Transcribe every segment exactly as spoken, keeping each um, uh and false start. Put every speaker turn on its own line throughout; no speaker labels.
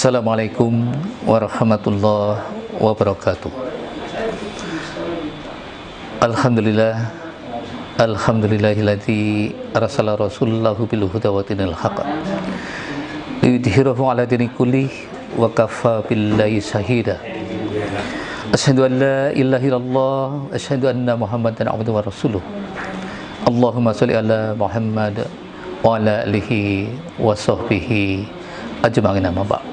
Assalamualaikum warahmatullahi wabarakatuh. Alhamdulillah, alhamdulillahilladzi arsala rasulahu bil huda wa dinil haqq liyudhhirahu ala dini kulli wa kafa billahi shahida. Asyhadu an la ilaha illallah, asyhadu anna Muhammadan abduhu wa rasuluh. Allahumma shalli ala Muhammad wa ala alihi wa sahbihi ajma'in, amma ba'd.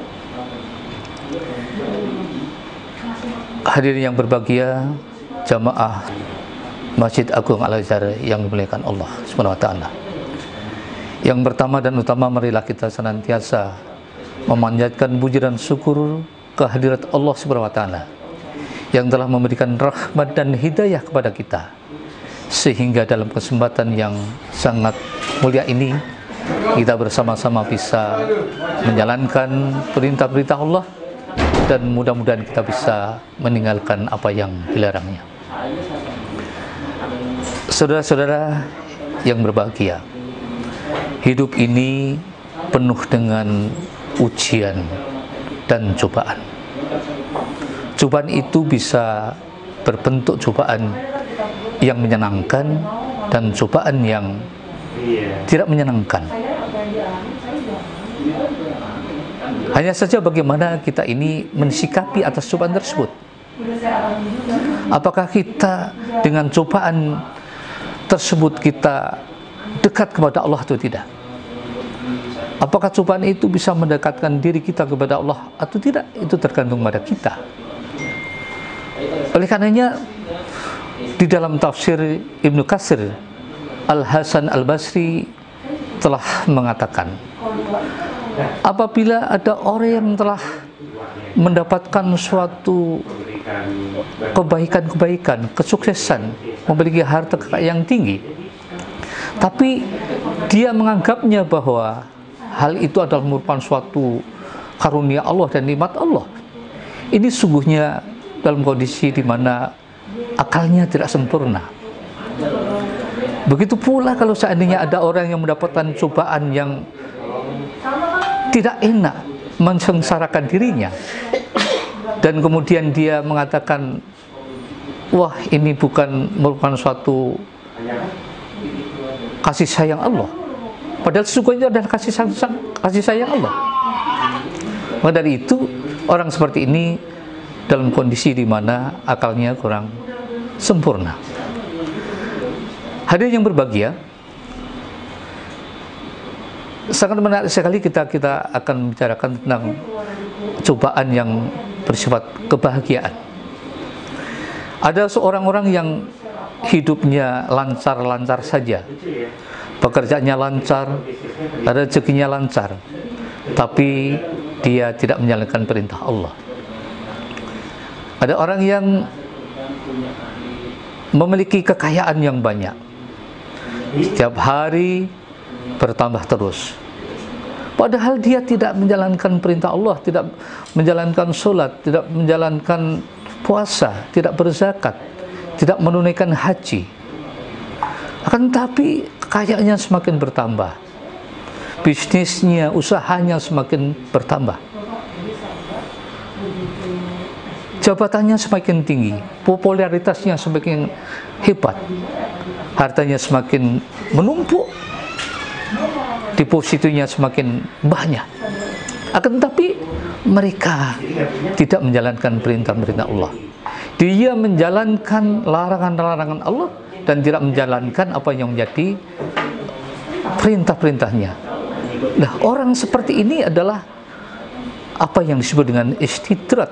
Hadirin yang berbahagia, jamaah Masjid Agung Al-Azhar yang dimuliakan Allah Subhanahu wa taala. Yang pertama dan utama, marilah kita senantiasa memanjatkan puji dan syukur kehadirat Allah Subhanahu wa taala yang telah memberikan rahmat dan hidayah kepada kita, sehingga dalam kesempatan yang sangat mulia ini kita bersama-sama bisa menjalankan perintah-perintah Allah, dan mudah-mudahan kita bisa meninggalkan apa yang dilarangnya. Saudara-saudara yang berbahagia, hidup ini penuh dengan ujian dan cobaan. Cobaan itu bisa berbentuk cobaan yang menyenangkan dan cobaan yang tidak menyenangkan. Hanya saja bagaimana kita ini mensikapi atas cobaan tersebut. Apakah kita dengan cobaan tersebut kita dekat kepada Allah atau tidak? Apakah cobaan itu bisa mendekatkan diri kita kepada Allah atau tidak? Itu tergantung pada kita. Oleh karenanya, di dalam tafsir Ibnu Katsir, Al-Hasan Al-Basri telah mengatakan, apabila ada orang yang telah mendapatkan suatu kebaikan-kebaikan, kesuksesan, memiliki harta kekayaan yang tinggi, tapi dia menganggapnya bahwa hal itu adalah merupakan suatu karunia Allah dan nikmat Allah, ini sungguhnya dalam kondisi di mana akalnya tidak sempurna. Begitu pula kalau seandainya ada orang yang mendapatkan cobaan yang tidak enak, mensengsarakan dirinya, dan kemudian dia mengatakan, wah, ini bukan merupakan suatu kasih sayang Allah, padahal sesungguhnya adalah kasih sayang, kasih sayang Allah. Maka dari itu, orang seperti ini dalam kondisi di mana akalnya kurang sempurna. Hadirin yang berbahagia, sangat menarik sekali kita kita akan bicarakan tentang cobaan yang bersifat kebahagiaan. Ada seorang orang yang hidupnya lancar-lancar saja, pekerjaannya lancar, rezekinya lancar, tapi dia tidak menjalankan perintah Allah. Ada orang yang memiliki kekayaan yang banyak, setiap hari bertambah terus, padahal dia tidak menjalankan perintah Allah, tidak menjalankan sholat, tidak menjalankan puasa, tidak berzakat, tidak menunaikan haji. Akan tetapi kekayaannya semakin bertambah, bisnisnya, usahanya semakin bertambah, jabatannya semakin tinggi, popularitasnya semakin hebat, hartanya semakin menumpuk, depositonya semakin banyak. Akan tetapi mereka tidak menjalankan perintah-perintah Allah. Dia menjalankan larangan-larangan Allah dan tidak menjalankan apa yang menjadi perintah-perintahnya. Nah, orang seperti ini adalah apa yang disebut dengan istidrat.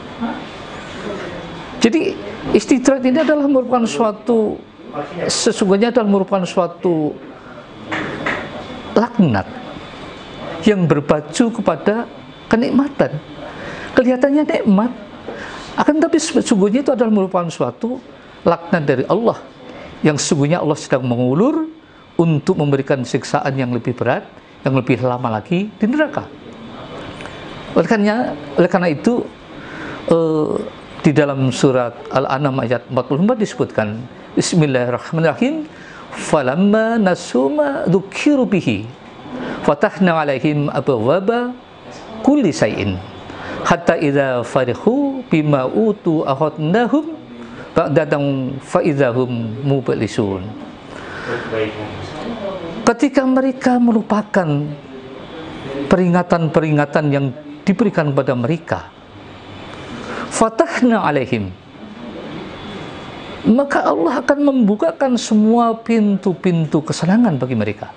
Jadi istidrat ini adalah merupakan suatu, sesungguhnya adalah merupakan suatu laknat yang berpacu kepada kenikmatan. Kelihatannya nikmat, akan tapi sesungguhnya itu adalah merupakan suatu laknat dari Allah, yang sesungguhnya Allah sedang mengulur untuk memberikan siksaan yang lebih berat, yang lebih lama lagi di neraka. Oleh karena, oleh karena itu uh, di dalam surat Al-An'am ayat empat puluh empat disebutkan, Bismillahirrahmanirrahim, falamma nasuma dzukiru bihi fatahna alaihim abwaba kulli syai'in hatta idza farihu bima utu akhadnahum ba'datan fa idzahum mublisun. Ketika mereka melupakan peringatan-peringatan yang diberikan kepada mereka, fatahna alaihim, maka Allah akan membukakan semua pintu-pintu kesenangan bagi mereka.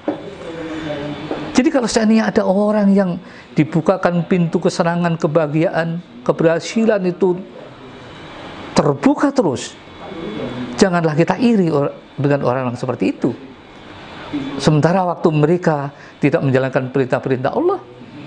Jadi kalau seandainya ada orang yang dibukakan pintu kesenangan, kebahagiaan, keberhasilan itu terbuka terus, janganlah kita iri dengan orang yang seperti itu. Sementara waktu mereka tidak menjalankan perintah-perintah Allah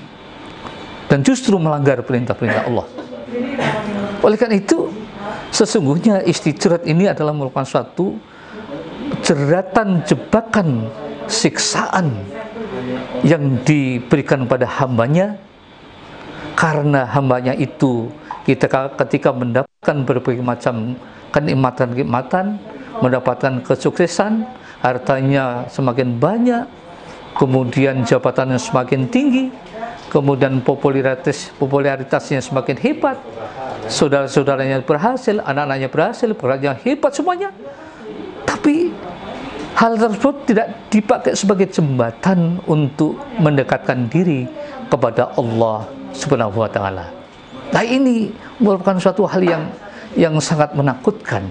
dan justru melanggar perintah-perintah Allah. Oleh karena itu, sesungguhnya istijrat ini adalah merupakan suatu jeratan, jebakan, siksaan yang diberikan pada hambanya, karena hambanya itu kita ketika mendapatkan berbagai macam kenikmatan-kenikmatan, mendapatkan kesuksesan, hartanya semakin banyak, kemudian jabatannya semakin tinggi, kemudian popularitas popularitasnya semakin hebat, saudara-saudaranya berhasil, anak-anaknya berhasil, pekerjaan hebat semuanya. Tapi hal tersebut tidak dipakai sebagai jembatan untuk mendekatkan diri kepada Allah Subhanahu wa taala. Nah, ini merupakan suatu hal yang yang sangat menakutkan.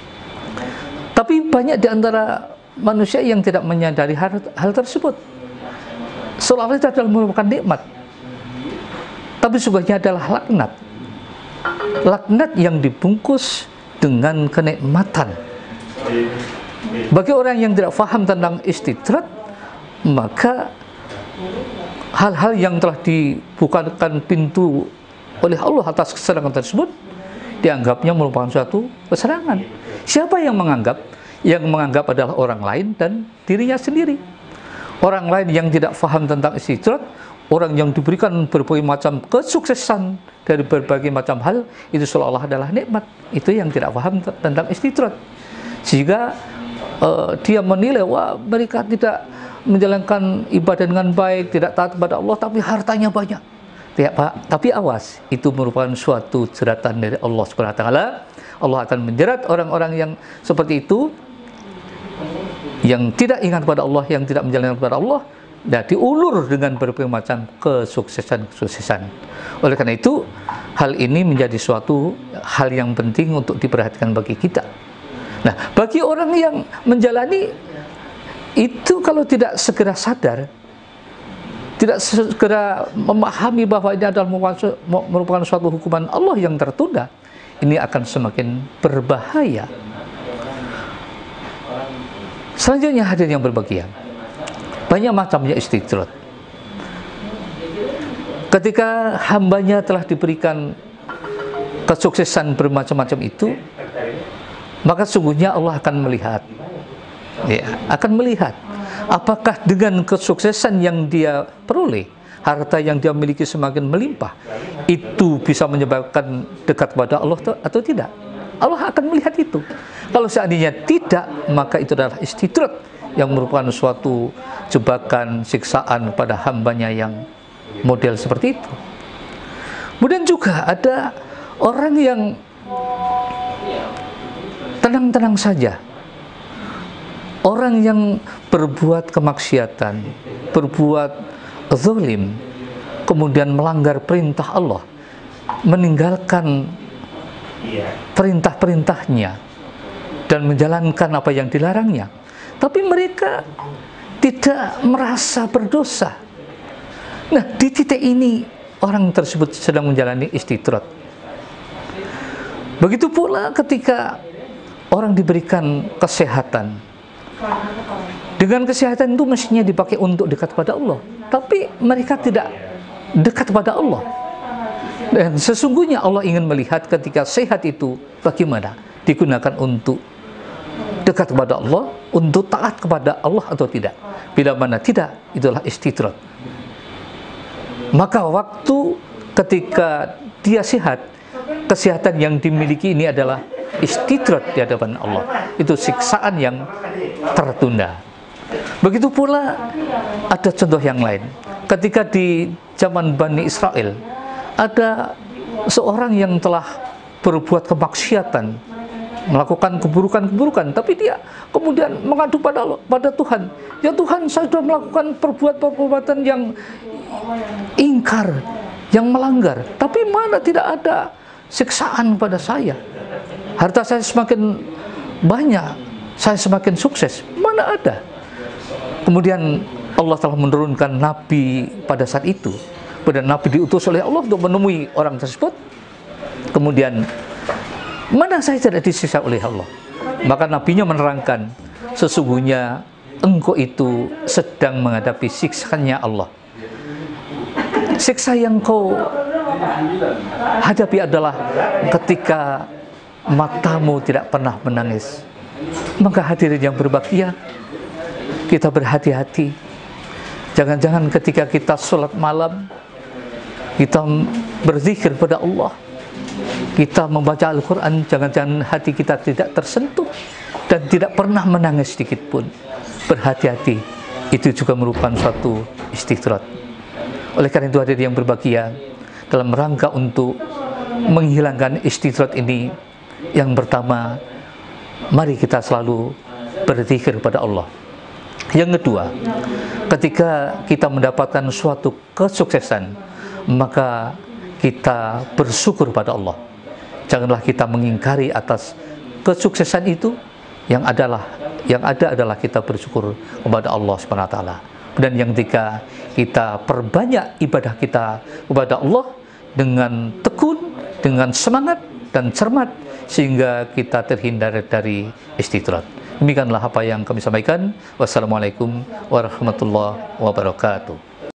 Tapi banyak di antara manusia yang tidak menyadari hal, hal tersebut. Seolah-olah itu adalah merupakan nikmat, tapi sesungguhnya adalah laknat. Laknat yang dibungkus dengan kenikmatan. Bagi orang yang tidak paham tentang istidrat, maka hal-hal yang telah dibukakan pintu oleh Allah atas kesenangan tersebut dianggapnya merupakan suatu kesenangan. Siapa yang menganggap? Yang menganggap adalah orang lain dan dirinya sendiri. Orang lain yang tidak paham tentang istidrat, orang yang diberikan berbagai macam kesuksesan dari berbagai macam hal, itu seolah-olah adalah nikmat. Itu yang tidak paham tentang istidrat. Sehingga uh, dia menilai, wah, mereka tidak menjalankan ibadah dengan baik, tidak taat kepada Allah, tapi hartanya banyak. Tidak, Pak, tapi awas, itu merupakan suatu jeratan dari Allah Subhanahu wa taala. Allah akan menjerat orang-orang yang seperti itu, yang tidak ingat kepada Allah, yang tidak menjalankan kepada Allah, dan diulur dengan berbagai macam kesuksesan-kesuksesan. Oleh karena itu, hal ini menjadi suatu hal yang penting untuk diperhatikan bagi kita. Nah, bagi orang yang menjalani itu, kalau tidak segera sadar, tidak segera memahami bahwa ini adalah merupakan suatu hukuman Allah yang tertunda, ini akan semakin berbahaya. Selanjutnya, hadirin yang berbahagia, banyak macamnya istidrat. Ketika hambanya telah diberikan kesuksesan bermacam-macam itu, maka sungguhnya Allah akan melihat, ya, akan melihat apakah dengan kesuksesan yang dia peroleh, harta yang dia miliki semakin melimpah, itu bisa menyebabkan dekat kepada Allah atau tidak. Allah akan melihat itu. Kalau seandainya tidak, maka itu adalah istidrat yang merupakan suatu jebakan, siksaan pada hambanya yang model seperti itu. Kemudian juga ada orang yang tenang-tenang saja, orang yang berbuat kemaksiatan, berbuat zalim, kemudian melanggar perintah Allah, meninggalkan perintah-perintahnya dan menjalankan apa yang dilarangnya, tapi mereka tidak merasa berdosa. Nah, di titik ini orang tersebut sedang menjalani istidrat. Begitu pula ketika orang diberikan kesehatan. Dengan kesehatan itu mestinya dipakai untuk dekat kepada Allah, tapi mereka tidak dekat kepada Allah. Dan sesungguhnya Allah ingin melihat ketika sehat itu bagaimana digunakan untuk dekat kepada Allah, untuk taat kepada Allah atau tidak. Bila mana tidak, itulah istidrat. Maka waktu ketika dia sehat, kesehatan yang dimiliki ini adalah istidrat di hadapan Allah. Itu siksaan yang tertunda. Begitu pula ada contoh yang lain. ketika di zaman Bani Israel ada seorang yang telah berbuat kemaksiatan, melakukan keburukan-keburukan, tapi dia kemudian mengadu pada pada Tuhan. Ya Tuhan, saya sudah melakukan perbuatan-perbuatan yang ingkar, yang melanggar, tapi mana tidak ada siksaan pada saya. Harta saya semakin banyak, saya semakin sukses, mana ada. Kemudian Allah telah menurunkan Nabi pada saat itu. Pada Nabi diutus oleh Allah untuk menemui orang tersebut. Kemudian, mana saya tidak disiksa oleh Allah? Maka nabinya menerangkan, sesungguhnya engkau itu sedang menghadapi siksanya Allah. Siksa yang kau hadapi adalah ketika matamu tidak pernah menangis. Maka hadirin yang berbahagia, kita berhati-hati. Jangan-jangan ketika kita sholat malam, kita berzikir pada Allah, kita membaca Al-Quran, jangan-jangan hati kita tidak tersentuh dan tidak pernah menangis sedikit pun. Berhati-hati, itu juga merupakan suatu istighraq. Oleh karena itu hadirin yang berbahagia, dalam rangka untuk menghilangkan istighraq ini, yang pertama, mari kita selalu berzikir pada Allah. Yang kedua, ketika kita mendapatkan suatu kesuksesan, maka kita bersyukur pada Allah. Janganlah kita mengingkari atas kesuksesan itu. Yang adalah yang ada adalah kita bersyukur kepada Allah Subhanahu wa taala. Dan yang ketiga, kita perbanyak ibadah kita kepada Allah dengan tekun, dengan semangat dan cermat, sehingga kita terhindar dari istighraq. Demikianlah apa yang kami sampaikan. Wassalamualaikum warahmatullahi wabarakatuh.